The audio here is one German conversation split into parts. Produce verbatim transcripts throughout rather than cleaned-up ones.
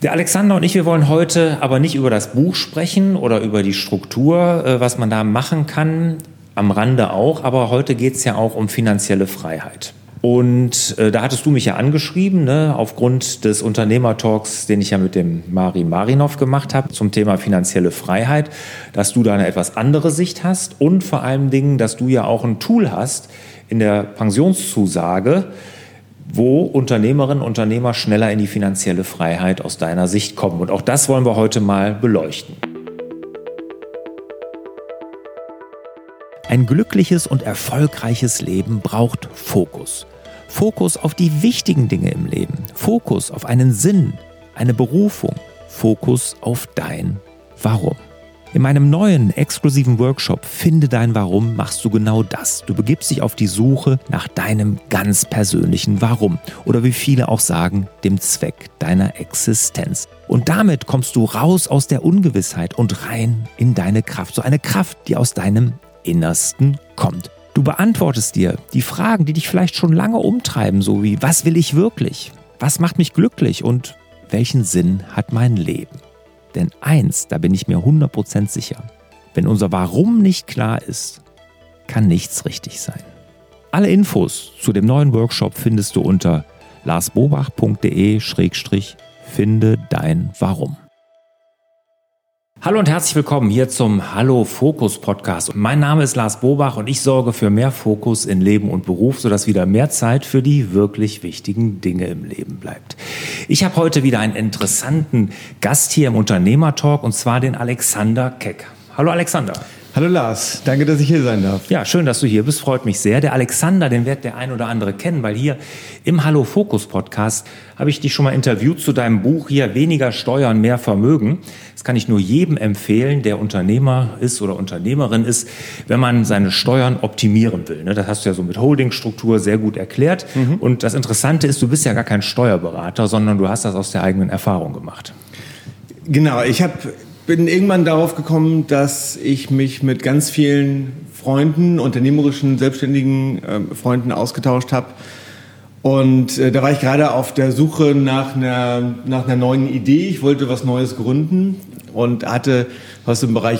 Der Alexander und ich, wir wollen heute aber nicht über das Buch sprechen oder über die Struktur, was man da machen kann, am Rande auch, aber heute geht es ja auch um finanzielle Freiheit. Und äh, da hattest du mich ja angeschrieben, ne, aufgrund des Unternehmertalks, den ich ja mit dem Mari Marinov gemacht habe, zum Thema finanzielle Freiheit, dass du da eine etwas andere Sicht hast und vor allen Dingen, dass du ja auch ein Tool hast in der Pensionszusage, wo Unternehmerinnen und Unternehmer schneller in die finanzielle Freiheit aus deiner Sicht kommen. Und auch das wollen wir heute mal beleuchten. Ein glückliches und erfolgreiches Leben braucht Fokus. Fokus auf die wichtigen Dinge im Leben. Fokus auf einen Sinn, eine Berufung. Fokus auf dein Warum. In meinem neuen, exklusiven Workshop Finde dein Warum machst du genau das. Du begibst dich auf die Suche nach deinem ganz persönlichen Warum. Oder wie viele auch sagen, dem Zweck deiner Existenz. Und damit kommst du raus aus der Ungewissheit und rein in deine Kraft. So eine Kraft, die aus deinem Innersten kommt. Du beantwortest dir die Fragen, die dich vielleicht schon lange umtreiben, so wie: Was will ich wirklich? Was macht mich glücklich? Und welchen Sinn hat mein Leben? Denn eins, da bin ich mir hundert Prozent sicher: Wenn unser Warum nicht klar ist, kann nichts richtig sein. Alle Infos zu dem neuen Workshop findest du unter larsbobach punkt de schrägstrich finde dein Warum. Hallo und herzlich willkommen hier zum Hallo Fokus Podcast. Mein Name ist Lars Bobach und ich sorge für mehr Fokus in Leben und Beruf, sodass wieder mehr Zeit für die wirklich wichtigen Dinge im Leben bleibt. Ich habe heute wieder einen interessanten Gast hier im Unternehmertalk, und zwar den Alexander Keck. Hallo Alexander. Hallo Lars, danke, dass ich hier sein darf. Ja, schön, dass du hier bist, freut mich sehr. Der Alexander, den wird der ein oder andere kennen, weil hier im Hallo Fokus Podcast habe ich dich schon mal interviewt zu deinem Buch hier Weniger Steuern, mehr Vermögen. Das kann ich nur jedem empfehlen, der Unternehmer ist oder Unternehmerin ist, wenn man seine Steuern optimieren will. Das hast du ja so mit Holdingstruktur sehr gut erklärt. Mhm. Und das Interessante ist, du bist ja gar kein Steuerberater, sondern du hast das aus der eigenen Erfahrung gemacht. Genau, ich habe... bin irgendwann darauf gekommen, dass ich mich mit ganz vielen Freunden, unternehmerischen, selbstständigen äh, Freunden ausgetauscht habe. Und äh, da war ich gerade auf der Suche nach einer, nach einer neuen Idee. Ich wollte was Neues gründen und hatte was im Bereich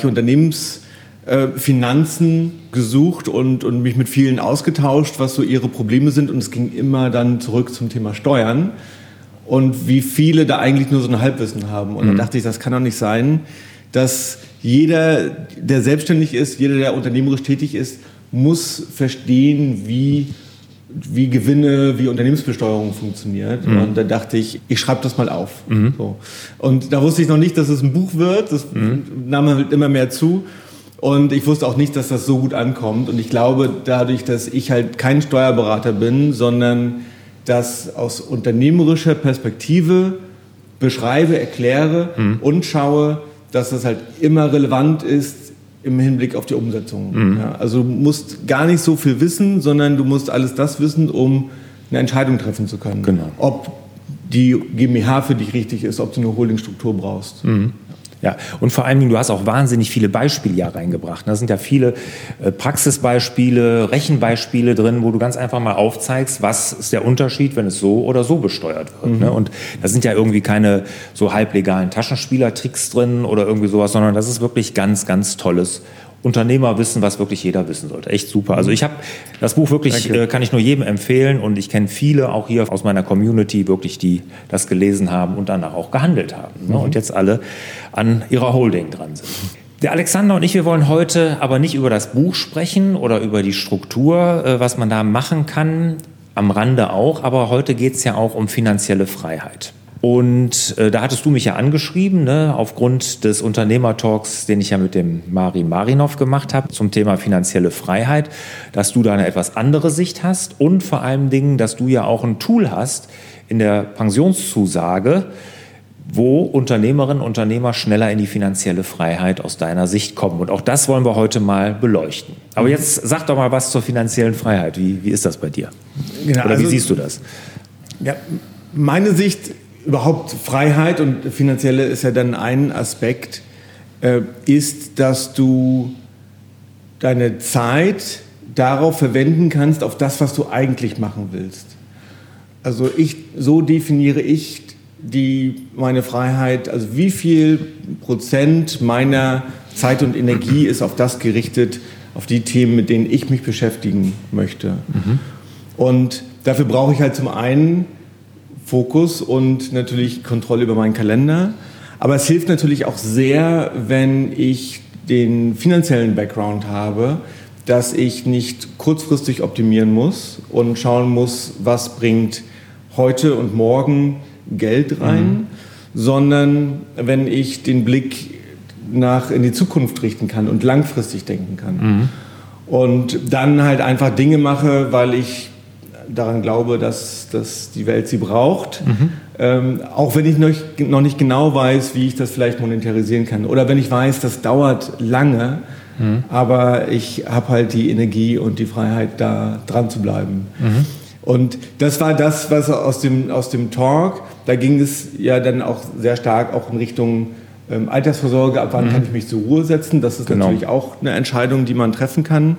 Unternehmensfinanzen äh, gesucht und, und mich mit vielen ausgetauscht, was so ihre Probleme sind. Und es ging immer dann zurück zum Thema Steuern. Und wie viele da eigentlich nur so ein Halbwissen haben. Und dann dachte ich, das kann doch nicht sein, dass jeder, der selbstständig ist, jeder, der unternehmerisch tätig ist, muss verstehen, wie, wie Gewinne, wie Unternehmensbesteuerung funktioniert. Mhm. Und da dachte ich, ich schreibe das mal auf. Mhm. So. Und da wusste ich noch nicht, dass es ein Buch wird. Das mhm. nahm halt immer mehr zu. Und ich wusste auch nicht, dass das so gut ankommt. Und ich glaube, dadurch, dass ich halt kein Steuerberater bin, sondern das aus unternehmerischer Perspektive beschreibe, erkläre mhm. und schaue, dass das halt immer relevant ist im Hinblick auf die Umsetzung. Mhm. Ja, also du musst gar nicht so viel wissen, sondern du musst alles das wissen, um eine Entscheidung treffen zu können. Genau. Ob die GmbH für dich richtig ist, ob du eine Holdingstruktur brauchst. Mhm. Ja, und vor allen Dingen, du hast auch wahnsinnig viele Beispiele ja reingebracht. Da sind ja viele äh, Praxisbeispiele, Rechenbeispiele drin, wo du ganz einfach mal aufzeigst, was ist der Unterschied, wenn es so oder so besteuert wird. Mhm. Ne? Und da sind ja irgendwie keine so halblegalen Taschenspielertricks drin oder irgendwie sowas, sondern das ist wirklich ganz, ganz tolles Unternehmerwissen, was wirklich jeder wissen sollte. Echt super. Also ich habe das Buch wirklich, äh, kann ich nur jedem empfehlen, und ich kenne viele auch hier aus meiner Community wirklich, die das gelesen haben und danach auch gehandelt haben, ne? Mhm. Und jetzt alle an ihrer Holding dran sind. Der Alexander und ich, wir wollen heute aber nicht über das Buch sprechen oder über die Struktur, äh, was man da machen kann, am Rande auch, aber heute geht es ja auch um finanzielle Freiheit. Und äh, da hattest du mich ja angeschrieben, ne, aufgrund des Unternehmertalks, den ich ja mit dem Mari Marinov gemacht habe, zum Thema finanzielle Freiheit, dass du da eine etwas andere Sicht hast und vor allen Dingen, dass du ja auch ein Tool hast in der Pensionszusage, wo Unternehmerinnen und Unternehmer schneller in die finanzielle Freiheit aus deiner Sicht kommen. Und auch das wollen wir heute mal beleuchten. Aber jetzt sag doch mal was zur finanziellen Freiheit. Wie, wie ist das bei dir? Genau, Oder wie also, siehst du das? Ja, meine Sicht, überhaupt Freiheit und finanzielle ist ja dann ein Aspekt, äh, ist, dass du deine Zeit darauf verwenden kannst, auf das, was du eigentlich machen willst. Also ich, so definiere ich die meine Freiheit, also wie viel Prozent meiner Zeit und Energie ist auf das gerichtet, auf die Themen, mit denen ich mich beschäftigen möchte. Mhm. Und dafür brauche ich halt zum einen Fokus und natürlich Kontrolle über meinen Kalender. Aber es hilft natürlich auch sehr, wenn ich den finanziellen Background habe, dass ich nicht kurzfristig optimieren muss und schauen muss, was bringt heute und morgen Geld rein, mhm. sondern wenn ich den Blick nach in die Zukunft richten kann und langfristig denken kann. Mhm. Und dann halt einfach Dinge mache, weil ich daran glaube, dass, dass die Welt sie braucht. Mhm. Ähm, auch wenn ich noch, noch nicht genau weiß, wie ich das vielleicht monetarisieren kann. Oder wenn ich weiß, das dauert lange, mhm. aber ich habe halt die Energie und die Freiheit, da dran zu bleiben. Mhm. Und das war das, was aus dem, aus dem Talk, da ging es ja dann auch sehr stark auch in Richtung ähm, Altersvorsorge, ab wann mhm. kann ich mich zur Ruhe setzen. Das ist genau. natürlich auch eine Entscheidung, die man treffen kann.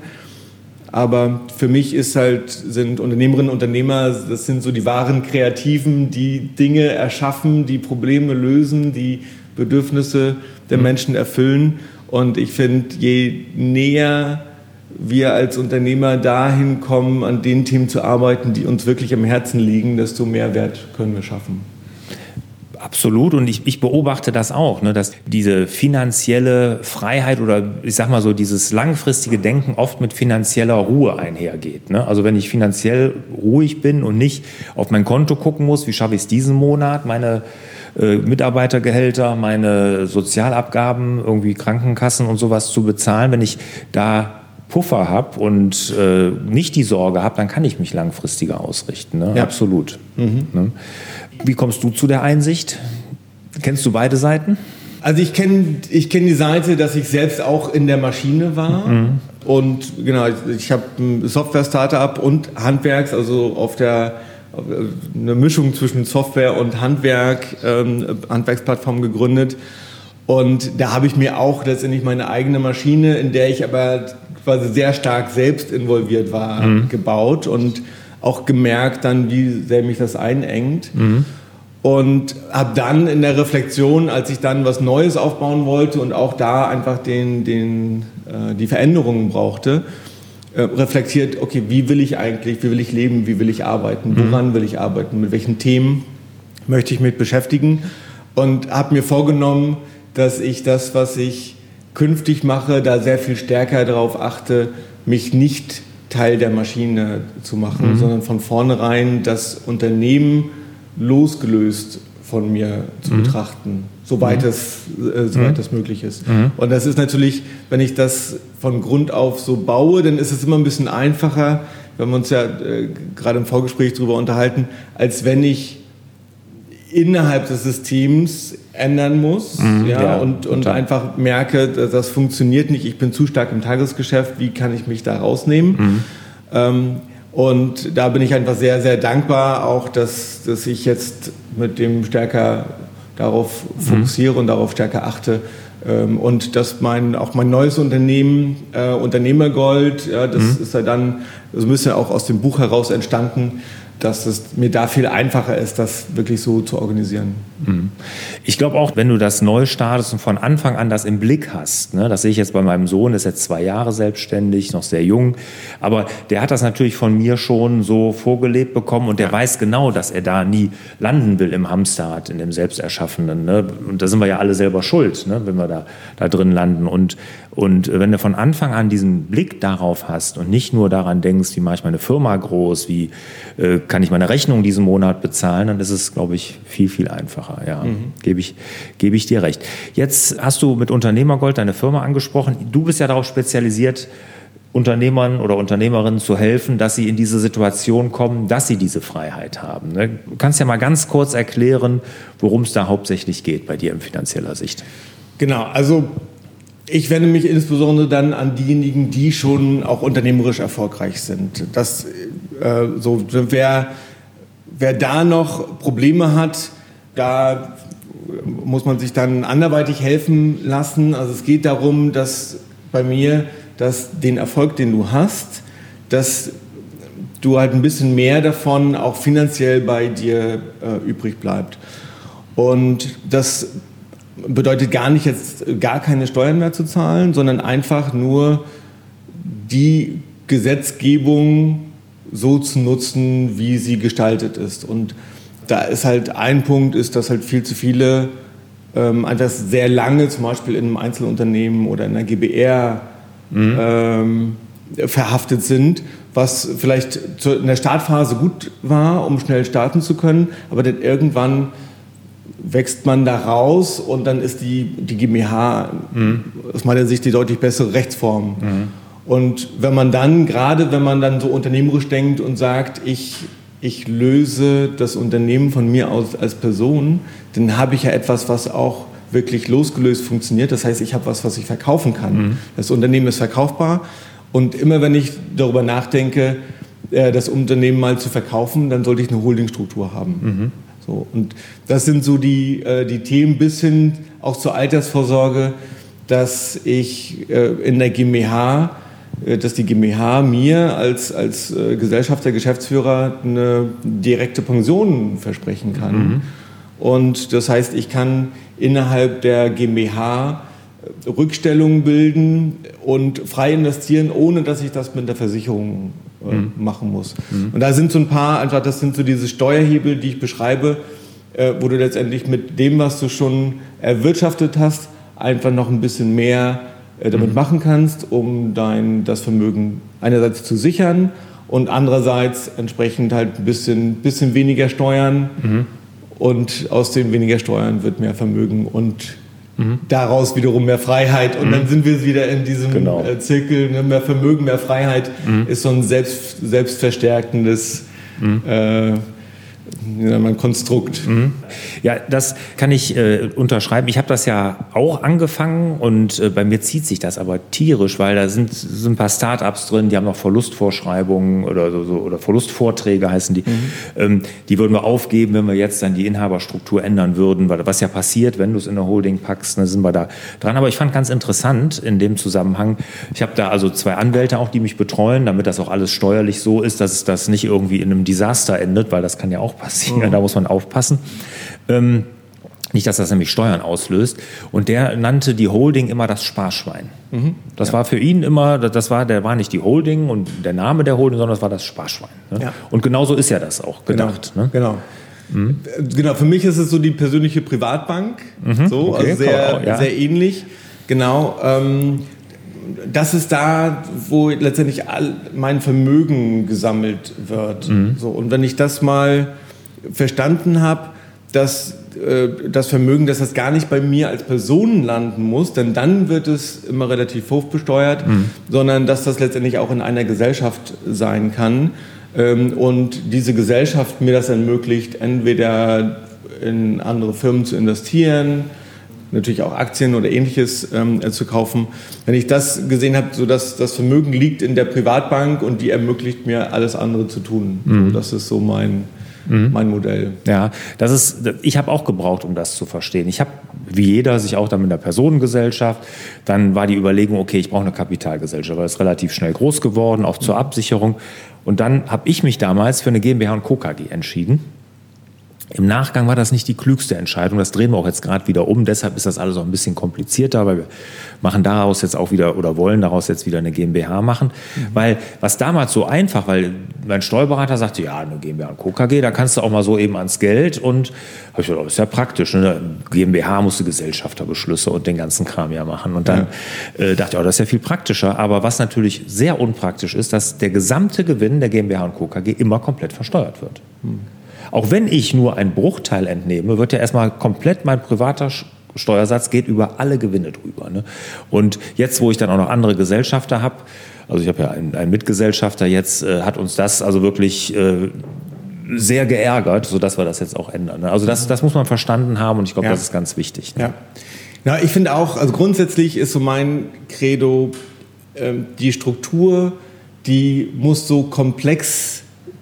Aber für mich ist halt, sind Unternehmerinnen und Unternehmer, das sind so die wahren Kreativen, die Dinge erschaffen, die Probleme lösen, die Bedürfnisse der mhm. Menschen erfüllen. Und ich finde, je näher wir als Unternehmer dahin kommen, an den Themen zu arbeiten, die uns wirklich am Herzen liegen, desto mehr Wert können wir schaffen. Absolut, und ich, ich beobachte das auch, ne, dass diese finanzielle Freiheit oder ich sag mal so dieses langfristige Denken oft mit finanzieller Ruhe einhergeht. Ne? Also wenn ich finanziell ruhig bin und nicht auf mein Konto gucken muss, wie schaffe ich es diesen Monat, meine äh, Mitarbeitergehälter, meine Sozialabgaben, irgendwie Krankenkassen und sowas zu bezahlen, wenn ich da Puffer habe und äh, nicht die Sorge habe, dann kann ich mich langfristiger ausrichten. Ne? Ja. Absolut. Mhm. Ne? Wie kommst du zu der Einsicht? Kennst du beide Seiten? Also ich kenne ich kenn die Seite, dass ich selbst auch in der Maschine war. Mhm. Und genau, ich habe ein Software-Startup und Handwerks, also auf der auf eine Mischung zwischen Software und Handwerk, ähm, Handwerksplattform gegründet. Und da habe ich mir auch letztendlich meine eigene Maschine, in der ich aber quasi sehr stark selbst involviert war, mhm. gebaut und auch gemerkt dann, wie sehr mich das einengt. Mhm. Und habe dann in der Reflexion, als ich dann was Neues aufbauen wollte und auch da einfach den, den, äh, die Veränderungen brauchte, äh, reflektiert, okay, wie will ich eigentlich, wie will ich leben, wie will ich arbeiten, mhm. woran will ich arbeiten, mit welchen Themen möchte ich mich beschäftigen und habe mir vorgenommen, dass ich das, was ich künftig mache, da sehr viel stärker darauf achte, mich nicht Teil der Maschine zu machen, mhm. sondern von vornherein das Unternehmen losgelöst von mir zu mhm. betrachten, soweit, mhm. es, äh, soweit mhm. das möglich ist. Mhm. Und das ist natürlich, wenn ich das von Grund auf so baue, dann ist es immer ein bisschen einfacher, wenn wir uns ja äh, gerade im Vorgespräch darüber unterhalten, als wenn ich innerhalb des Systems ändern muss mhm, ja, ja, und, und einfach merke, dass das funktioniert nicht, ich bin zu stark im Tagesgeschäft, wie kann ich mich da rausnehmen? Mhm. Ähm, und da bin ich einfach sehr, sehr dankbar, auch dass, dass ich jetzt mit dem stärker darauf fokussiere mhm. und darauf stärker achte. Ähm, und dass mein, auch mein neues Unternehmen, äh, Unternehmergold, ja, das mhm. ist ja dann so ein bisschen auch aus dem Buch heraus entstanden, dass es mir da viel einfacher ist, das wirklich so zu organisieren. Ich glaube auch, wenn du das neu startest und von Anfang an das im Blick hast, ne, das sehe ich jetzt bei meinem Sohn, der ist jetzt zwei Jahre selbstständig, noch sehr jung, aber der hat das natürlich von mir schon so vorgelebt bekommen und der weiß genau, dass er da nie landen will im Hamsterrad, in dem Selbsterschaffenen. Ne? Und da sind wir ja alle selber schuld, ne, wenn wir da, da drin landen. Und, und wenn du von Anfang an diesen Blick darauf hast und nicht nur daran denkst, wie mache ich meine Firma groß, wie äh, kann ich meine Rechnung diesen Monat bezahlen, dann ist es, glaube ich, viel, viel einfacher. Ja, mhm. gebe ich, gebe ich dir recht. Jetzt hast du mit Unternehmergold deine Firma angesprochen. Du bist ja darauf spezialisiert, Unternehmern oder Unternehmerinnen zu helfen, dass sie in diese Situation kommen, dass sie diese Freiheit haben. Du kannst ja mal ganz kurz erklären, worum es da hauptsächlich geht bei dir in finanzieller Sicht. Genau, also ich wende mich insbesondere dann an diejenigen, die schon auch unternehmerisch erfolgreich sind. Das, äh, so, wer, wer da noch Probleme hat, da muss man sich dann anderweitig helfen lassen. Also es geht darum, dass bei mir, dass den Erfolg, den du hast, dass du halt ein bisschen mehr davon auch finanziell bei dir äh, übrig bleibt. Und das bedeutet gar nicht jetzt gar keine Steuern mehr zu zahlen, sondern einfach nur die Gesetzgebung so zu nutzen, wie sie gestaltet ist. Und da ist halt ein Punkt, ist, dass halt viel zu viele ähm, einfach sehr lange, zum Beispiel in einem Einzelunternehmen oder in einer G b R, mhm. ähm, verhaftet sind, was vielleicht in der Startphase gut war, um schnell starten zu können, aber dann irgendwann wächst man da raus und dann ist die, die GmbH mhm. aus meiner Sicht die deutlich bessere Rechtsform. Mhm. Und wenn man dann, gerade wenn man dann so unternehmerisch denkt und sagt, ich, ich löse das Unternehmen von mir aus als Person, dann habe ich ja etwas, was auch wirklich losgelöst funktioniert. Das heißt, ich habe was, was ich verkaufen kann. Mhm. Das Unternehmen ist verkaufbar. Und immer wenn ich darüber nachdenke, das Unternehmen mal zu verkaufen, dann sollte ich eine Holdingstruktur haben. Mhm. So, und das sind so die, die Themen bis hin auch zur Altersvorsorge, dass ich in der GmbH, dass die GmbH mir als, als Gesellschafter, Geschäftsführer eine direkte Pension versprechen kann. Mhm. Und das heißt, ich kann innerhalb der GmbH Rückstellungen bilden und frei investieren, ohne dass ich das mit der Versicherung äh, mhm. machen muss. Mhm. Und da sind so ein paar, einfach das sind so diese Steuerhebel, die ich beschreibe, äh, wo du letztendlich mit dem, was du schon erwirtschaftet hast, einfach noch ein bisschen mehr äh, damit mhm. machen kannst, um dein, das Vermögen einerseits zu sichern und andererseits entsprechend halt ein bisschen, bisschen weniger Steuern mhm. und aus den weniger Steuern wird mehr Vermögen und Mhm. daraus wiederum mehr Freiheit und mhm. dann sind wir wieder in diesem genau. Zirkel, ne? Mehr Vermögen, mehr Freiheit mhm. ist so ein selbst, selbstverstärkendes mhm. äh, ein Konstrukt. Mhm. Ja, das kann ich äh, unterschreiben. Ich habe das ja auch angefangen und äh, bei mir zieht sich das aber tierisch, weil da sind, sind ein paar Start-ups drin, die haben noch Verlustvorschreibungen oder so, so oder Verlustvorträge heißen die. Mhm. Ähm, die würden wir aufgeben, wenn wir jetzt dann die Inhaberstruktur ändern würden, weil was ja passiert, wenn du es in eine Holding packst, dann sind wir da dran. Aber ich fand ganz interessant in dem Zusammenhang, ich habe da also zwei Anwälte auch, die mich betreuen, damit das auch alles steuerlich so ist, dass das nicht irgendwie in einem Desaster endet, weil das kann ja auch passieren, mhm. da muss man aufpassen. Ähm, nicht, dass das nämlich Steuern auslöst. Und der nannte die Holding immer das Sparschwein. Mhm. Das ja. war für ihn immer, das war, der war nicht die Holding und der Name der Holding, sondern das war das Sparschwein. Ne? Ja. Und genauso ist ja das auch gedacht. Genau, ne? genau. Mhm. Genau, für mich ist es so die persönliche Privatbank, mhm. so, okay, also sehr, auch, ja. sehr ähnlich. Genau. Ähm, das ist da, wo letztendlich all mein Vermögen gesammelt wird. Mhm. So, und wenn ich das mal verstanden habe, dass äh, das Vermögen, dass das gar nicht bei mir als Person landen muss, denn dann wird es immer relativ hoch besteuert, mhm. sondern dass das letztendlich auch in einer Gesellschaft sein kann ähm, und diese Gesellschaft mir das ermöglicht, entweder in andere Firmen zu investieren, natürlich auch Aktien oder Ähnliches ähm, zu kaufen. Wenn ich das gesehen habe, so dass das Vermögen liegt in der Privatbank und die ermöglicht mir alles andere zu tun. Mhm. So, das ist so mein, mhm. mein Modell. Ja, das ist, ich habe auch gebraucht, um das zu verstehen. Ich habe, wie jeder, sich auch dann mit einer Personengesellschaft, dann war die Überlegung, okay, ich brauche eine Kapitalgesellschaft, weil es relativ schnell groß geworden, auch zur Absicherung. Und dann habe ich mich damals für eine GmbH und Co. KG entschieden. Im Nachgang war das nicht die klügste Entscheidung. Das drehen wir auch jetzt gerade wieder um. Deshalb ist das alles auch ein bisschen komplizierter, weil wir machen daraus jetzt auch wieder oder wollen daraus jetzt wieder eine GmbH machen. Mhm. Weil was damals so einfach, weil mein Steuerberater sagte, ja, eine GmbH und Co. KG, da kannst du auch mal so eben ans Geld. Und habe ich gedacht, das ist ja praktisch. Ne? GmbH musste Gesellschafterbeschlüsse und den ganzen Kram ja machen. Und dann ja. äh, dachte ich, oh, das ist ja viel praktischer. Aber was natürlich sehr unpraktisch ist, dass der gesamte Gewinn der GmbH und Co. KG immer komplett versteuert wird. Mhm. Auch wenn ich nur einen Bruchteil entnehme, wird ja erstmal komplett mein privater Steuersatz geht über alle Gewinne drüber. Ne? Und jetzt, wo ich dann auch noch andere Gesellschafter habe, also ich habe ja einen, einen Mitgesellschafter jetzt, äh, hat uns das also wirklich äh, sehr geärgert, sodass wir das jetzt auch ändern. Ne? Also das, das muss man verstanden haben und ich glaube, ja. das ist ganz wichtig. Ne? Ja. Na, ich finde auch, also grundsätzlich ist so mein Credo, äh, die Struktur, die muss so komplex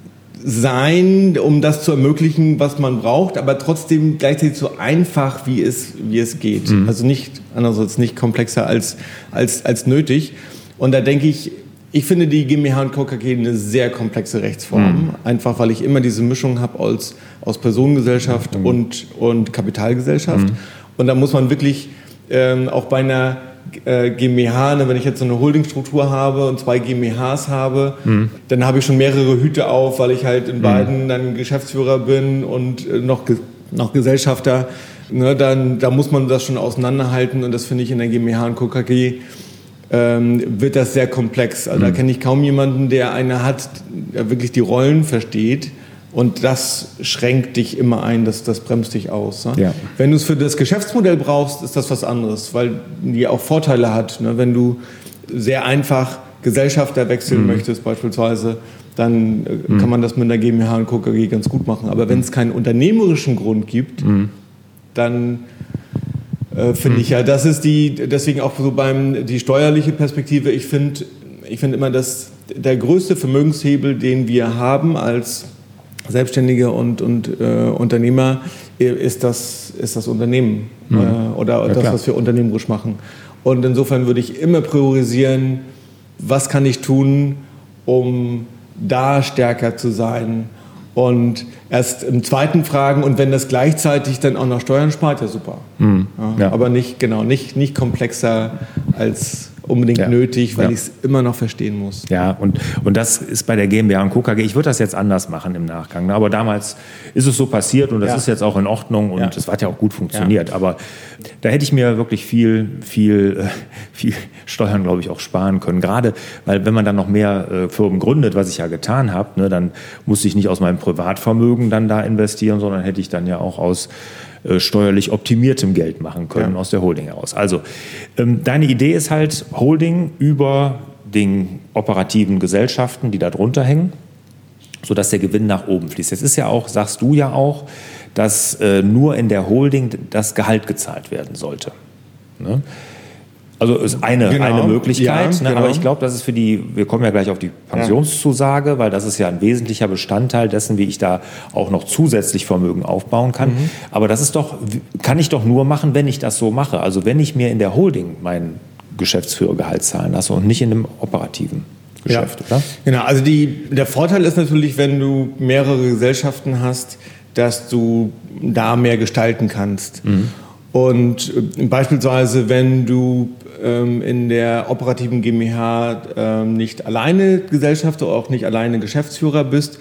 sein, um das zu ermöglichen, was man braucht, aber trotzdem gleichzeitig so einfach, wie es, wie es geht. Mhm. Also nicht, andererseits nicht komplexer als, als, als nötig. Und da denke ich, Ich finde die GmbH und Co. KG eine sehr komplexe Rechtsform, mhm. einfach weil ich immer diese Mischung habe aus, aus Personengesellschaft mhm. und, und Kapitalgesellschaft. Mhm. Und da muss man wirklich ähm, auch bei einer äh, GmbH, ne, wenn ich jetzt so eine Holdingstruktur habe und zwei GmbHs habe, mhm. dann habe ich schon mehrere Hüte auf, weil ich halt in mhm. beiden dann Geschäftsführer bin und äh, noch, noch Gesellschafter. Ne, dann, da muss man das schon auseinanderhalten und das finde ich in der GmbH und Co. KG ähm, wird das sehr komplex. Also mhm. da kenne ich kaum jemanden, der eine hat, der wirklich die Rollen versteht. Und das schränkt dich immer ein, das, das bremst dich aus. Ne? Ja. Wenn du es für das Geschäftsmodell brauchst, ist das was anderes, weil die auch Vorteile hat. Ne? Wenn du sehr einfach Gesellschafter wechseln mhm. möchtest beispielsweise, dann äh, mhm. kann man das mit einer GmbH und Co. KG ganz gut machen. Aber wenn es keinen unternehmerischen Grund gibt, mhm. dann äh, finde mhm. ich ja, das ist die, deswegen auch so beim, die steuerliche Perspektive, ich finde ich find immer, dass der größte Vermögenshebel, den wir haben als Selbstständige und, und äh, Unternehmer, ist das, ist das Unternehmen mhm. äh, oder ja, das, klar. was wir unternehmerisch machen. Und insofern würde ich immer priorisieren, was kann ich tun, um da stärker zu sein. Und erst im zweiten fragen, und wenn das gleichzeitig dann auch noch Steuern spart, ja super. Mhm. Ja, ja. Aber nicht, genau, nicht, nicht komplexer als unbedingt ja. nötig, weil ja. ich es immer noch verstehen muss. Ja, und, und das ist bei der GmbH und Co. KG. Ich würde das jetzt anders machen im Nachgang. Aber damals ist es so passiert und das ja. ist jetzt auch in Ordnung und es ja. hat ja auch gut funktioniert. Ja. Aber da hätte ich mir wirklich viel, viel, viel Steuern, glaube ich, auch sparen können. Gerade, weil wenn man dann noch mehr äh, Firmen gründet, was ich ja getan habe, ne, dann musste ich nicht aus meinem Privatvermögen dann da investieren, sondern hätte ich dann ja auch aus steuerlich optimiertem Geld machen können ja. aus der Holding heraus. Also ähm, deine Idee ist halt Holding über den operativen Gesellschaften, die da drunter hängen, sodass der Gewinn nach oben fließt. Jetzt ist ja auch, sagst du ja auch, dass äh, nur in der Holding das Gehalt gezahlt werden sollte. Ne? Also ist eine, genau. eine Möglichkeit, ja, ne? genau. aber ich glaube, das ist für die, wir kommen ja gleich auf die Pensionszusage, ja. weil das ist ja ein wesentlicher Bestandteil dessen, wie ich da auch noch zusätzlich Vermögen aufbauen kann. Mhm. Aber das ist doch, kann ich doch nur machen, wenn ich das so mache. Also wenn ich mir in der Holding meinen Geschäftsführergehalt zahlen lasse und nicht in einem operativen Geschäft, ja. oder? Genau, also die, der Vorteil ist natürlich, wenn du mehrere Gesellschaften hast, dass du da mehr gestalten kannst. Mhm. Und äh, beispielsweise, wenn du ähm, in der operativen GmbH ähm, nicht alleine Gesellschafter, auch nicht alleine Geschäftsführer bist,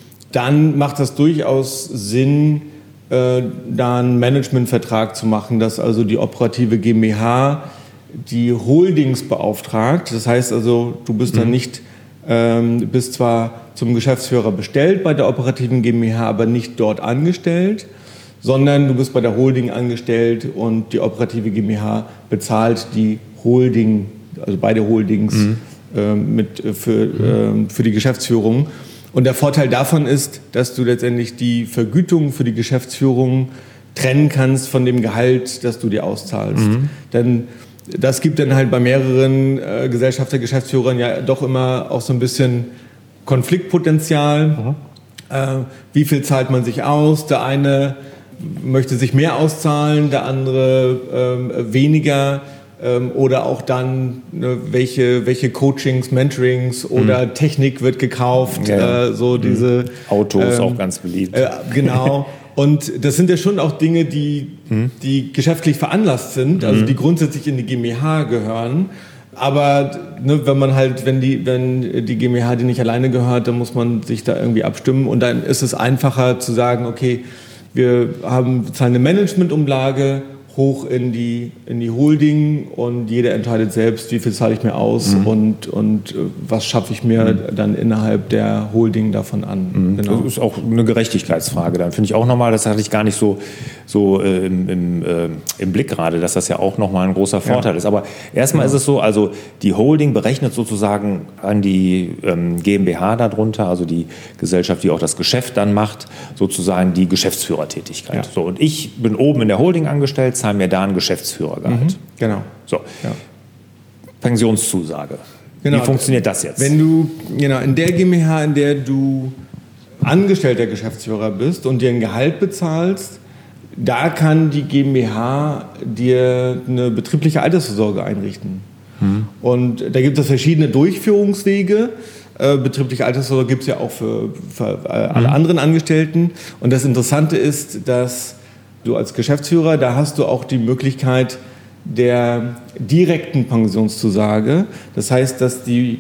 dann macht das durchaus Sinn, äh, da einen Managementvertrag zu machen, dass also die operative GmbH die Holdings beauftragt. Das heißt also, du bist mhm. dann nicht, ähm, bist zwar zum Geschäftsführer bestellt bei der operativen GmbH, aber nicht dort angestellt, sondern du bist bei der Holding angestellt und die operative GmbH bezahlt die Holding, also beide Holdings mhm. äh, mit, für, mhm. äh, für die Geschäftsführung. Und der Vorteil davon ist, dass du letztendlich die Vergütung für die Geschäftsführung trennen kannst von dem Gehalt, das du dir auszahlst. Mhm. Denn das gibt dann halt bei mehreren äh, Gesellschafter, Geschäftsführern ja doch immer auch so ein bisschen Konfliktpotenzial. Mhm. Äh, wie viel zahlt man sich aus? Der eine möchte sich mehr auszahlen, der andere ähm, weniger ähm, oder auch dann ne, welche, welche Coachings, Mentorings oder mhm. Technik wird gekauft, ja. äh, so diese Autos ähm, auch ganz beliebt. Äh, genau. Und das sind ja schon auch Dinge, die, mhm. die geschäftlich veranlasst sind, also die grundsätzlich in die GmbH gehören. Aber ne, wenn man halt, wenn die, wenn die GmbH die nicht alleine gehört, dann muss man sich da irgendwie abstimmen und dann ist es einfacher zu sagen, okay, wir haben zahlen eine Managementumlage hoch in die, in die Holding und jeder entscheidet selbst, wie viel zahle ich mir aus mhm. und, und was schaffe ich mir mhm. dann innerhalb der Holding davon an. Mhm. Genau. Das ist auch eine Gerechtigkeitsfrage, dann finde ich auch nochmal, das hatte ich gar nicht so, so äh, im, im, äh, im Blick gerade, dass das ja auch nochmal ein großer Vorteil ja. ist. Aber erstmal ja. ist es so, also die Holding berechnet sozusagen an die ähm, GmbH darunter, also die Gesellschaft, die auch das Geschäft dann macht, sozusagen die Geschäftsführertätigkeit. Ja. So, und ich bin oben in der Holding angestellt, zahle mir da einen Geschäftsführergehalt. Mhm, genau. So. Ja. Pensionszusage. Genau. Wie funktioniert das jetzt? Wenn du, genau, in der GmbH, in der du angestellter Geschäftsführer bist und dir ein Gehalt bezahlst, da kann die GmbH dir eine betriebliche Altersvorsorge einrichten. Mhm. Und da gibt es verschiedene Durchführungswege. Äh, betriebliche Altersvorsorge gibt es ja auch für, für äh, alle mhm. anderen Angestellten. Und das Interessante ist, dass du als Geschäftsführer, da hast du auch die Möglichkeit der direkten Pensionszusage. Das heißt, dass die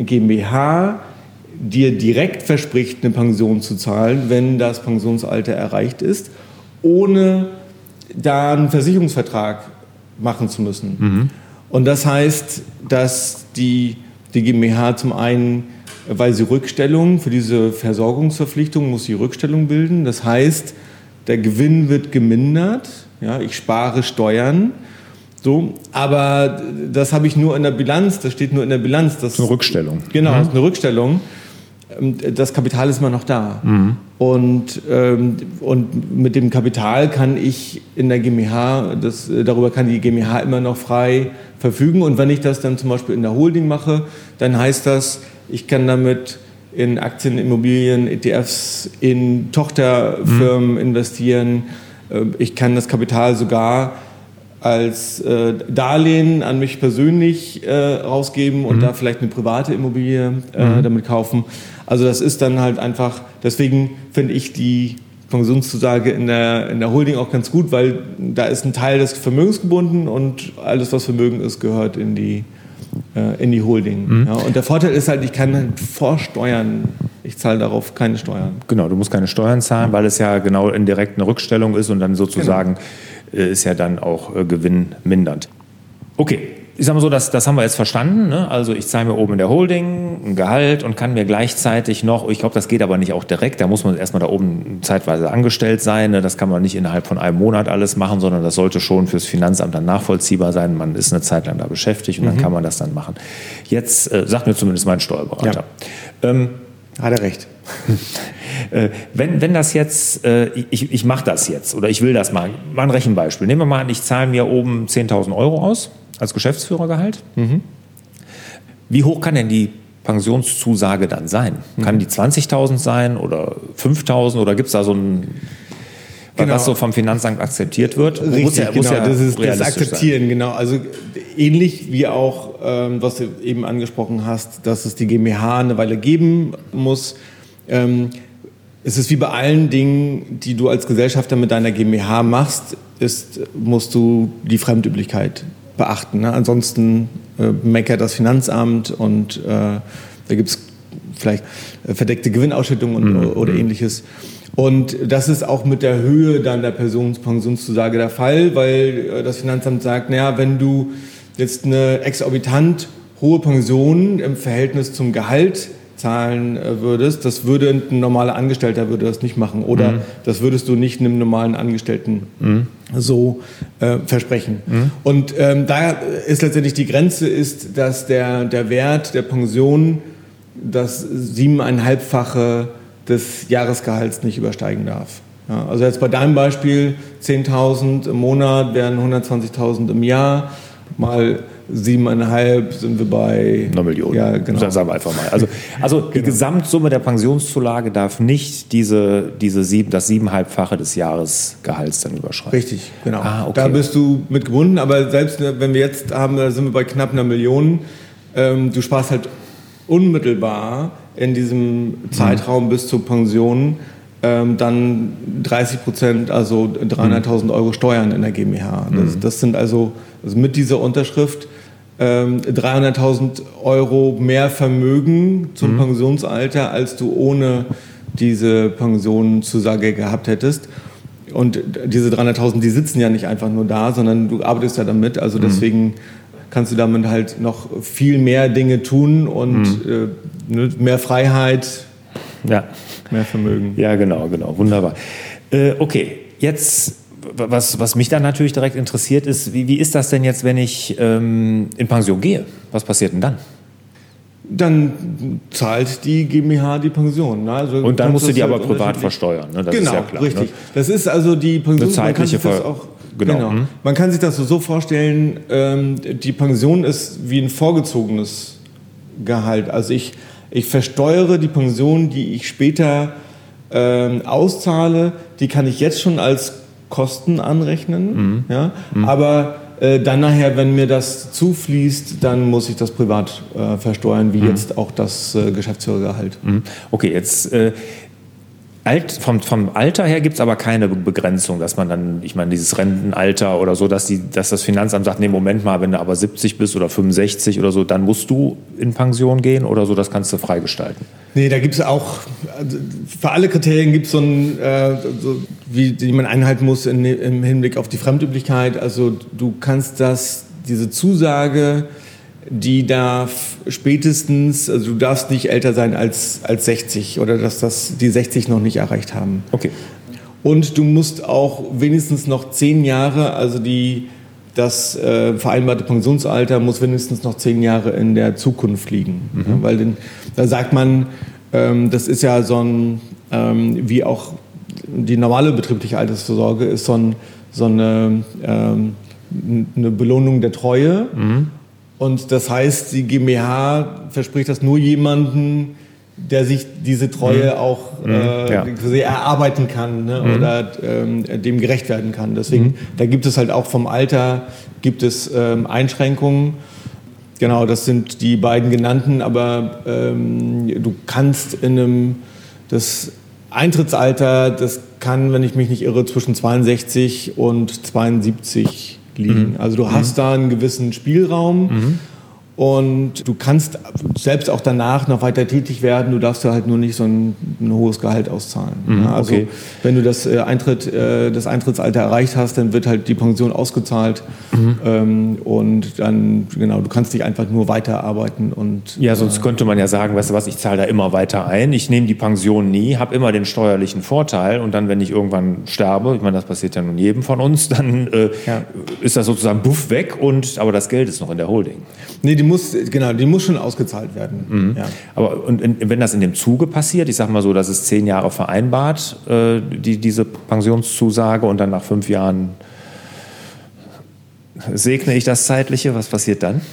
GmbH dir direkt verspricht, eine Pension zu zahlen, wenn das Pensionsalter erreicht ist, ohne da einen Versicherungsvertrag machen zu müssen. Mhm. Und das heißt, dass die, die GmbH zum einen, weil sie Rückstellung für diese Versorgungsverpflichtung muss sie Rückstellung bilden. Das heißt, der Gewinn wird gemindert. Ja, ich spare Steuern. So, aber das habe ich nur in der Bilanz. Das steht nur in der Bilanz. Das ist eine Rückstellung. Genau, mhm. das ist eine Rückstellung. Das Kapital ist immer noch da. Mhm. Und, ähm, und mit dem Kapital kann ich in der GmbH, das, darüber kann die GmbH immer noch frei verfügen. Und wenn ich das dann zum Beispiel in der Holding mache, dann heißt das, ich kann damit in Aktien, Immobilien, E T Fs, in Tochterfirmen mhm. investieren. Ich kann das Kapital sogar als äh, Darlehen an mich persönlich äh, rausgeben und mhm. da vielleicht eine private Immobilie äh, mhm. damit kaufen. Also das ist dann halt einfach, deswegen finde ich die Pensionszusage in der, in der Holding auch ganz gut, weil da ist ein Teil des Vermögens gebunden und alles, was Vermögen ist, gehört in die, äh, in die Holding. Mhm. Ja, und der Vorteil ist halt, ich kann halt vorsteuern. Ich zahle darauf keine Steuern. Genau, du musst keine Steuern zahlen, weil es ja genau indirekt eine Rückstellung ist und dann sozusagen genau. ist ja dann auch äh, gewinnmindernd. Okay, ich sage mal so, das, das haben wir jetzt verstanden. Ne? Also ich zahle mir oben in der Holding ein Gehalt und kann mir gleichzeitig noch, ich glaube, das geht aber nicht auch direkt, da muss man erstmal da oben zeitweise angestellt sein. Ne? Das kann man nicht innerhalb von einem Monat alles machen, sondern das sollte schon fürs Finanzamt dann nachvollziehbar sein. Man ist eine Zeit lang da beschäftigt und mhm. dann kann man das dann machen. Jetzt äh, sagt mir zumindest mein Steuerberater. Ja. Ähm, Hat er recht. wenn, wenn das jetzt, äh, ich, ich mache das jetzt oder ich will das machen, mal ein Rechenbeispiel. Nehmen wir mal an, ich zahle mir oben zehntausend Euro aus als Geschäftsführergehalt. Mhm. Wie hoch kann denn die Pensionszusage dann sein? Mhm. Kann die zwanzigtausend sein oder fünftausend oder gibt es da so ein, genau. was so vom Finanzamt akzeptiert wird? Richtig, muss ja, genau, muss ja das ist das Akzeptieren, sein. Genau. Also ähnlich wie auch, ähm, was du eben angesprochen hast, dass es die GmbH eine Weile geben muss. Ähm, es ist wie bei allen Dingen, die du als Gesellschafter mit deiner GmbH machst, ist, musst du die Fremdüblichkeit beachten. Ne? Ansonsten äh, meckert das Finanzamt und äh, da gibt es vielleicht äh, verdeckte Gewinnausschüttungen und, mhm. oder ähnliches. Und das ist auch mit der Höhe dann der Personenpensionszusage der Fall, weil äh, das Finanzamt sagt, naja, wenn du jetzt eine exorbitant hohe Pension im Verhältnis zum Gehalt zahlen würdest, das würde ein normaler Angestellter würde das nicht machen oder mhm. das würdest du nicht einem normalen Angestellten mhm. so äh, versprechen. Mhm. Und ähm, da ist letztendlich die Grenze, ist, dass der, der Wert der Pension das siebeneinhalbfache des Jahresgehalts nicht übersteigen darf. Ja, also jetzt bei deinem Beispiel zehntausend im Monat wären hundertzwanzigtausend im Jahr, mal siebeneinhalb sind wir bei... Eine Million. Ja, genau. Das sagen wir einfach mal. Also, also die genau. Gesamtsumme der Pensionszulage darf nicht diese, diese sieben, das siebeneinhalbfache des Jahresgehalts dann überschreiten. Richtig, genau. Ah, okay. Da bist du mit gebunden, aber selbst wenn wir jetzt haben, da sind wir bei knapp einer Million. Ähm, du sparst halt unmittelbar in diesem Zeitraum mhm. bis zur Pension ähm, dann dreißig Prozent, also dreihunderttausend Euro Steuern in der GmbH. Das, das sind also, also mit dieser Unterschrift ähm, dreihunderttausend Euro mehr Vermögen zum mhm. Pensionsalter, als du ohne diese Pensionszusage gehabt hättest. Und diese dreihunderttausend, die sitzen ja nicht einfach nur da, sondern du arbeitest ja damit. Also deswegen mhm. kannst du damit halt noch viel mehr Dinge tun und mhm. äh, mehr Freiheit, ja. mehr Vermögen. Ja, genau, genau, wunderbar. Äh, okay, jetzt, was, was mich dann natürlich direkt interessiert ist, wie, wie ist das denn jetzt, wenn ich ähm, in Pension gehe? Was passiert denn dann? Dann zahlt die GmbH die Pension. Ne? Also und dann musst du die aber privat versteuern. Ne? Das genau, ist ja klar, richtig. Ne? Das ist also die Pension. Eine zeitliche man kann sich das auch, genau. genau. Mhm. Man kann sich das so vorstellen, ähm, die Pension ist wie ein vorgezogenes Gehalt. Also ich, ich versteuere die Pension, die ich später ähm, auszahle, die kann ich jetzt schon als Kosten anrechnen. Mhm. Ja? Mhm. Aber Äh, dann nachher, wenn mir das zufließt, dann muss ich das privat äh, versteuern, wie mhm. jetzt auch das äh, Geschäftsführergehalt. Mhm. Okay, jetzt äh, alt, vom, vom Alter her gibt es aber keine Begrenzung, dass man dann, ich meine, dieses Rentenalter oder so, dass, die, dass das Finanzamt sagt, nee, Moment mal, wenn du aber siebzig bist oder fünfundsechzig oder so, dann musst du in Pension gehen oder so, das kannst du freigestalten. Nee, da gibt es auch, also für alle Kriterien gibt es so ein, äh, so, wie, die man einhalten muss in, im Hinblick auf die Fremdüblichkeit. Also du kannst das, diese Zusage, die darf spätestens, also du darfst nicht älter sein als, als sechzig oder dass das die sechzig noch nicht erreicht haben. Okay. Und du musst auch wenigstens noch zehn Jahre, also die, das äh, vereinbarte Pensionsalter muss wenigstens noch zehn Jahre in der Zukunft liegen. Mhm. Ja, weil den, da sagt man, ähm, das ist ja so ein, ähm, wie auch die normale betriebliche Altersvorsorge ist so, ein, so eine, ähm, eine Belohnung der Treue. Mhm. Und das heißt, die GmbH verspricht das nur jemanden, der sich diese Treue mhm. auch äh, ja. erarbeiten kann, ne? mhm. oder ähm, dem gerecht werden kann. Deswegen, mhm. da gibt es halt auch vom Alter gibt es ähm, Einschränkungen. Genau, das sind die beiden genannten, aber ähm, du kannst in einem, das Eintrittsalter, das kann, wenn ich mich nicht irre, zwischen zweiundsechzig und zweiundsiebzig liegen. Mhm. Also du hast mhm. da einen gewissen Spielraum. Mhm. Und du kannst selbst auch danach noch weiter tätig werden, du darfst ja halt nur nicht so ein, ein hohes Gehalt auszahlen. Mhm, ja, also okay. wenn du das, äh, Eintritt, äh, das Eintrittsalter erreicht hast, dann wird halt die Pension ausgezahlt mhm. ähm, und dann, genau, du kannst nicht einfach nur weiterarbeiten. Und, ja, sonst äh, könnte man ja sagen, weißt du was, ich zahle da immer weiter ein, ich nehme die Pension nie, habe immer den steuerlichen Vorteil und dann, wenn ich irgendwann sterbe, ich meine, das passiert ja nun jedem von uns, dann äh, ja. ist das sozusagen buff weg, und, aber das Geld ist noch in der Holding. Nee, die muss, genau, die muss schon ausgezahlt werden. Mhm. Ja. Aber und in, wenn das in dem Zuge passiert, ich sage mal so, das ist zehn Jahre vereinbart, äh, die, diese Pensionszusage, und dann nach fünf Jahren segne ich das Zeitliche, was passiert dann?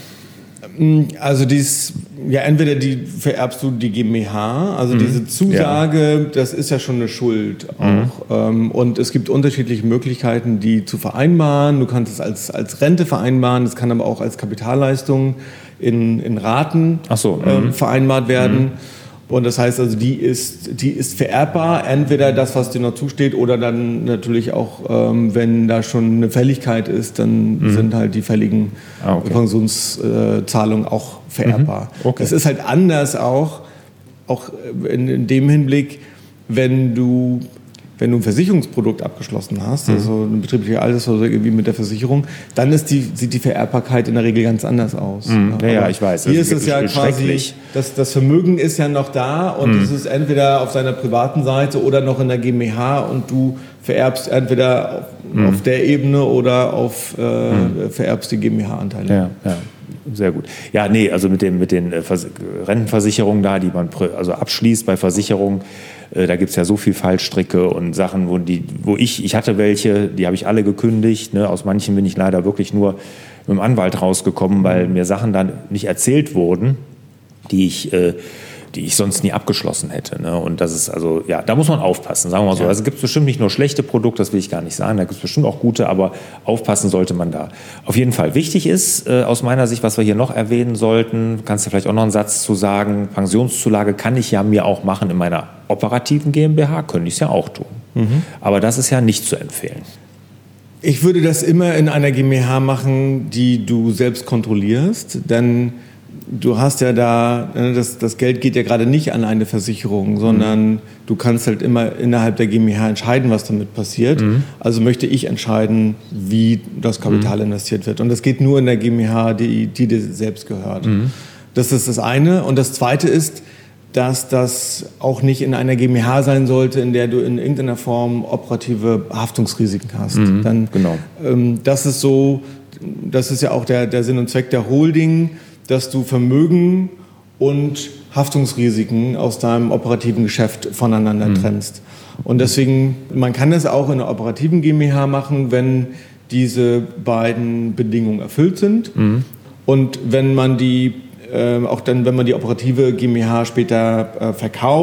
Also dies, ja, entweder die vererbst du die GmbH, also mhm. diese Zusage, ja. das ist ja schon eine Schuld auch. Mhm. Und es gibt unterschiedliche Möglichkeiten, die zu vereinbaren. Du kannst es als, als Rente vereinbaren, es kann aber auch als Kapitalleistung in, in Raten Ach so, ähm, vereinbart werden. Mhm. Und das heißt also, die ist, die ist vererbbar, entweder das, was dir noch zusteht, oder dann natürlich auch, ähm, wenn da schon eine Fälligkeit ist, dann mhm. sind halt die fälligen ah, okay. Pensionszahlungen äh, auch vererbbar. Mhm. Okay. Es ist halt anders auch, auch in, in dem Hinblick, wenn du, wenn du ein Versicherungsprodukt abgeschlossen hast, mhm. also eine betriebliche Altersvorsorge wie mit der Versicherung, dann ist die, sieht die Vererbbarkeit in der Regel ganz anders aus. Mhm. Ja, ja, ich weiß. Hier ist es ja quasi, das, das Vermögen ist ja noch da und mhm. es ist entweder auf seiner privaten Seite oder noch in der GmbH, und du vererbst entweder auf, mhm. auf der Ebene oder auf, äh, mhm. vererbst die GmbH-Anteile. Ja, ja. Sehr gut. Ja, nee, also mit, dem, mit den Rentenversicherungen da, die man also abschließt bei Versicherungen, äh, da gibt es ja so viel Fallstricke und Sachen, wo, die, wo ich, ich hatte welche, die habe ich alle gekündigt. Ne? Aus manchen bin ich leider wirklich nur mit dem Anwalt rausgekommen, weil mir Sachen dann nicht erzählt wurden, die ich, äh, die ich sonst nie abgeschlossen hätte. Ne? Und das ist also, ja, da muss man aufpassen, sagen wir mal so. Ja. Also es gibt bestimmt nicht nur schlechte Produkte, das will ich gar nicht sagen, da gibt es bestimmt auch gute, aber aufpassen sollte man da. Auf jeden Fall. Wichtig ist äh, aus meiner Sicht, was wir hier noch erwähnen sollten, kannst du vielleicht auch noch einen Satz zu sagen, Pensionszulage kann ich ja mir auch machen in meiner operativen GmbH, könnte ich es ja auch tun. Mhm. Aber das ist ja nicht zu empfehlen. Ich würde das immer in einer GmbH machen, die du selbst kontrollierst, denn du hast ja da, das, das Geld geht ja gerade nicht an eine Versicherung, sondern mhm. du kannst halt immer innerhalb der GmbH entscheiden, was damit passiert. Mhm. Also möchte ich entscheiden, wie das Kapital mhm. investiert wird. Und das geht nur in der GmbH, die, die dir selbst gehört. Mhm. Das ist das eine. Und das zweite ist, dass das auch nicht in einer GmbH sein sollte, in der du in irgendeiner Form operative Haftungsrisiken hast. Mhm. Dann, genau. ähm, das ist so, das ist ja auch der, der Sinn und Zweck der Holding, dass du Vermögen und Haftungsrisiken aus deinem operativen Geschäft voneinander mhm. trennst. Und deswegen, man kann das auch in einer operativen GmbH machen, wenn diese beiden Bedingungen erfüllt sind. Mhm. Und wenn man die, äh, auch dann, wenn man die operative GmbH später äh, verkauft,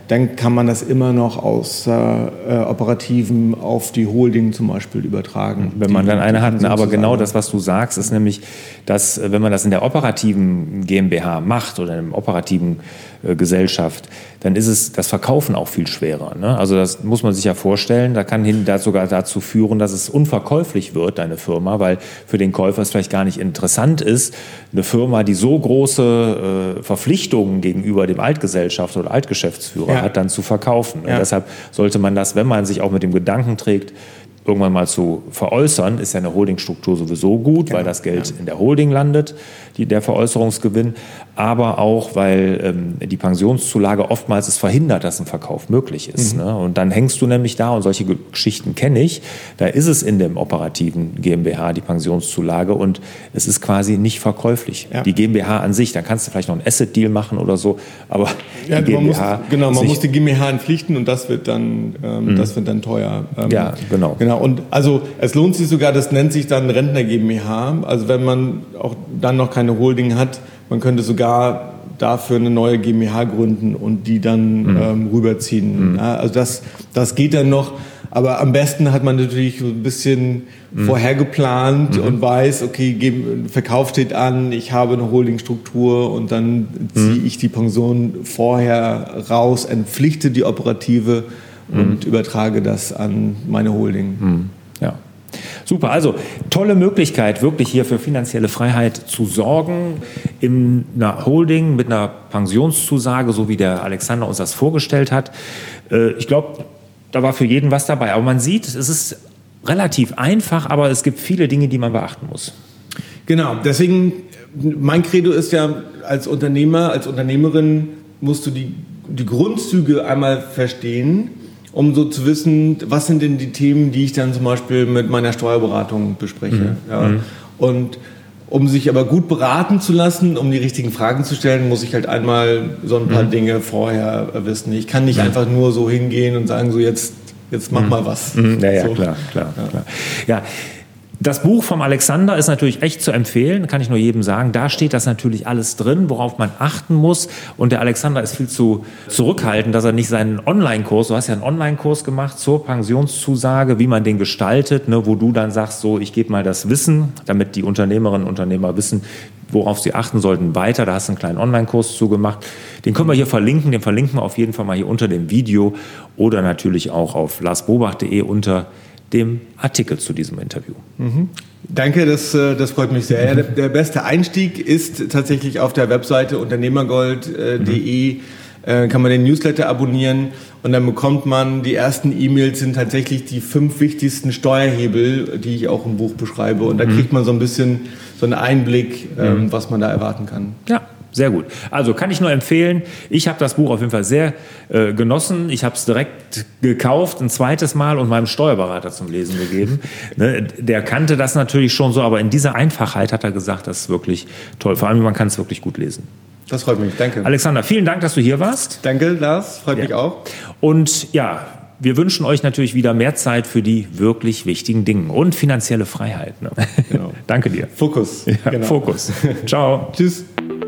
dann kann man das immer noch aus äh, Operativen auf die Holding zum Beispiel übertragen. Wenn man dann eine hat, aber genau das, was du sagst, ist nämlich, dass wenn man das in der operativen GmbH macht oder in einer operativen äh, Gesellschaft, dann ist es das Verkaufen auch viel schwerer. Ne? Also das muss man sich ja vorstellen, da kann hin das sogar dazu führen, dass es unverkäuflich wird, deine Firma, weil für den Käufer es vielleicht gar nicht interessant ist, eine Firma, die so große äh, Verpflichtungen gegenüber dem Altgesellschafter oder Altgeschäftsführer ja. hat, dann zu verkaufen. Ja. Deshalb sollte man das, wenn man sich auch mit dem Gedanken trägt, irgendwann mal zu veräußern, ist ja eine Holdingstruktur sowieso gut, genau. weil das Geld ja. in der Holding landet, die, der Veräußerungsgewinn, aber auch, weil ähm, die Pensionszulage oftmals es verhindert, dass ein Verkauf möglich ist. Mhm. Ne? Und dann hängst du nämlich da, und solche Geschichten kenne ich, da ist es in dem operativen GmbH die Pensionszulage und es ist quasi nicht verkäuflich. Ja. Die GmbH an sich, dann kannst du vielleicht noch einen Asset-Deal machen oder so, aber ja, die man GmbH... Muss, genau, man muss die GmbH entpflichten und das wird dann, ähm, mhm. das wird dann teuer. Ähm, ja, genau. genau. Und also es lohnt sich sogar, das nennt sich dann Rentner GmbH, also wenn man auch dann noch keine Holding hat, man könnte sogar dafür eine neue GmbH gründen und die dann mhm. ähm, rüberziehen. Mhm. Ja, also das, das geht dann noch, aber am besten hat man natürlich so ein bisschen mhm. vorher geplant mhm. und weiß, okay, Verkauf steht an, ich habe eine Holdingstruktur und dann ziehe mhm. ich die Pension vorher raus, entpflichte die Operative und mhm. übertrage das an meine Holding. Mhm. Ja. Super, also tolle Möglichkeit, wirklich hier für finanzielle Freiheit zu sorgen. In einer Holding mit einer Pensionszusage, so wie der Alexander uns das vorgestellt hat. Ich glaube, da war für jeden was dabei. Aber man sieht, es ist relativ einfach, aber es gibt viele Dinge, die man beachten muss. Genau, deswegen, mein Credo ist ja, als Unternehmer, als Unternehmerin musst du die, die Grundzüge einmal verstehen, um so zu wissen, was sind denn die Themen, die ich dann zum Beispiel mit meiner Steuerberatung bespreche. Mhm. Ja. Und um sich aber gut beraten zu lassen, um die richtigen Fragen zu stellen, muss ich halt einmal so ein paar mhm. Dinge vorher wissen. Ich kann nicht mhm. einfach nur so hingehen und sagen, so jetzt, jetzt mach mhm. mal was. Mhm. Ja, ja, so. klar, klar, ja. klar. Ja. Das Buch vom Alexander ist natürlich echt zu empfehlen, kann ich nur jedem sagen. Da steht das natürlich alles drin, worauf man achten muss. Und der Alexander ist viel zu zurückhaltend, dass er nicht seinen Online-Kurs, du hast ja einen Online-Kurs gemacht zur Pensionszusage, wie man den gestaltet, ne, wo du dann sagst, so, ich gebe mal das Wissen, damit die Unternehmerinnen und Unternehmer wissen, worauf sie achten sollten, weiter. Da hast du einen kleinen Online-Kurs zugemacht. Den können wir hier verlinken, den verlinken wir auf jeden Fall mal hier unter dem Video oder natürlich auch auf lars bobach punkt de unter dem Artikel zu diesem Interview. Mhm. Danke, das, das freut mich sehr. Ja, der, der beste Einstieg ist tatsächlich auf der Webseite unternehmergold punkt de. Mhm. Äh, kann man den Newsletter abonnieren und dann bekommt man, die ersten E-Mails sind tatsächlich die fünf wichtigsten Steuerhebel, die ich auch im Buch beschreibe. Und da kriegt man so ein bisschen so einen Einblick, ähm, mhm. was man da erwarten kann. Ja. Sehr gut. Also kann ich nur empfehlen. Ich habe das Buch auf jeden Fall sehr äh, genossen. Ich habe es direkt gekauft, ein zweites Mal und meinem Steuerberater zum Lesen gegeben. Ne, der kannte das natürlich schon so, aber in dieser Einfachheit hat er gesagt, das ist wirklich toll. Vor allem, man kann es wirklich gut lesen. Das freut mich. Danke. Alexander, vielen Dank, dass du hier warst. Danke, Lars. Freut ja. mich auch. Und ja, wir wünschen euch natürlich wieder mehr Zeit für die wirklich wichtigen Dinge und finanzielle Freiheit. Ne? Genau. Danke dir. Fokus. Ja, genau. Fokus. Ciao. Tschüss.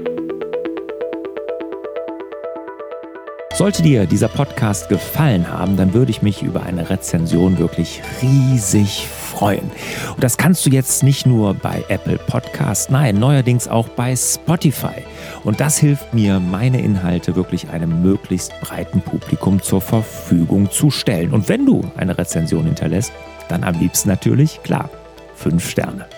Sollte dir dieser Podcast gefallen haben, dann würde ich mich über eine Rezension wirklich riesig freuen. Und das kannst du jetzt nicht nur bei Apple Podcast, nein, neuerdings auch bei Spotify. Und das hilft mir, meine Inhalte wirklich einem möglichst breiten Publikum zur Verfügung zu stellen. Und wenn du eine Rezension hinterlässt, dann am liebsten natürlich, klar, fünf Sterne.